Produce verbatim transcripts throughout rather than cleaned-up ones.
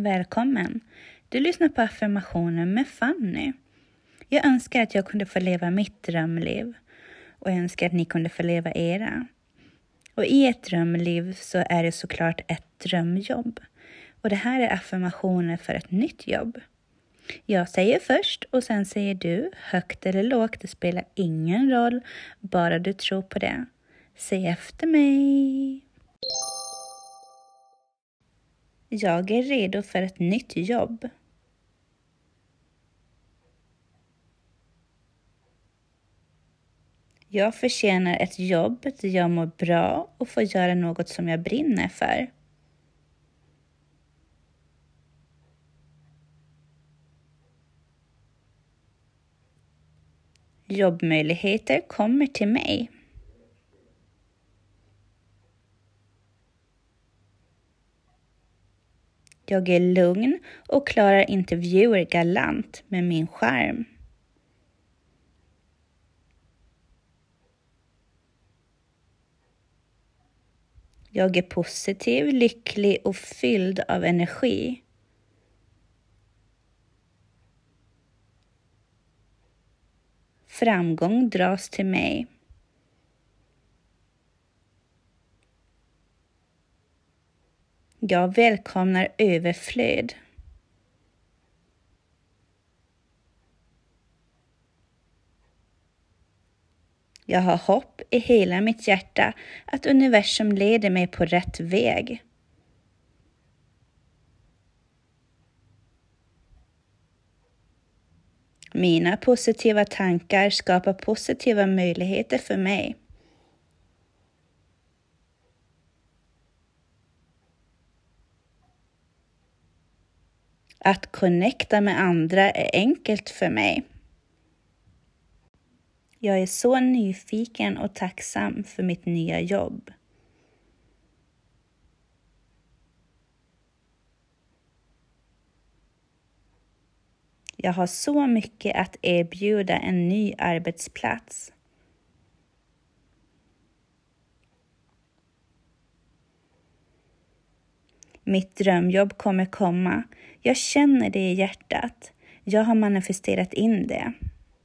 Välkommen! Du lyssnar på affirmationer med Fanny. Jag önskar att jag kunde få leva mitt drömliv. Och jag önskar att ni kunde få leva era. Och i ett drömliv så är det såklart ett drömjobb. Och det här är affirmationer för ett nytt jobb. Jag säger först och sen säger du, högt eller lågt, det spelar ingen roll, bara du tror på det. Säg efter mig. Jag är redo för ett nytt jobb. Jag förtjänar ett jobb där jag mår bra och får göra något som jag brinner för. Jobbmöjligheter kommer till mig. Jag är lugn och klarar intervjuer galant med min charm. Jag är positiv, lycklig och fylld av energi. Framgång dras till mig. Jag välkomnar överflöd. Jag har hopp i hela mitt hjärta att universum leder mig på rätt väg. Mina positiva tankar skapar positiva möjligheter för mig. Att connecta med andra är enkelt för mig. Jag är så nyfiken och tacksam för mitt nya jobb. Jag har så mycket att erbjuda en ny arbetsplats. Mitt drömjobb kommer komma. Jag känner det i hjärtat. Jag har manifesterat in det.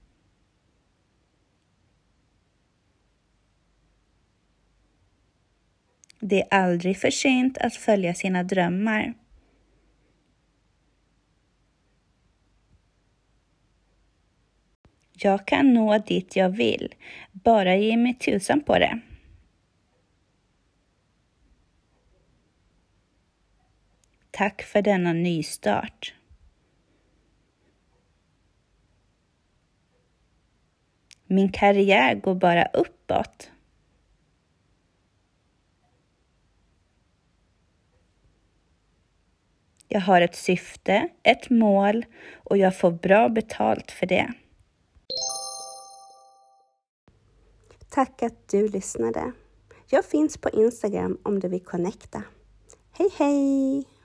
Det är aldrig för sent att följa sina drömmar. Jag kan nå dit jag vill. Bara ge mig tusan på det. Tack för denna nystart. Min karriär går bara uppåt. Jag har ett syfte, ett mål och jag får bra betalt för det. Tack att du lyssnade. Jag finns på Instagram om du vill connecta. Hej hej!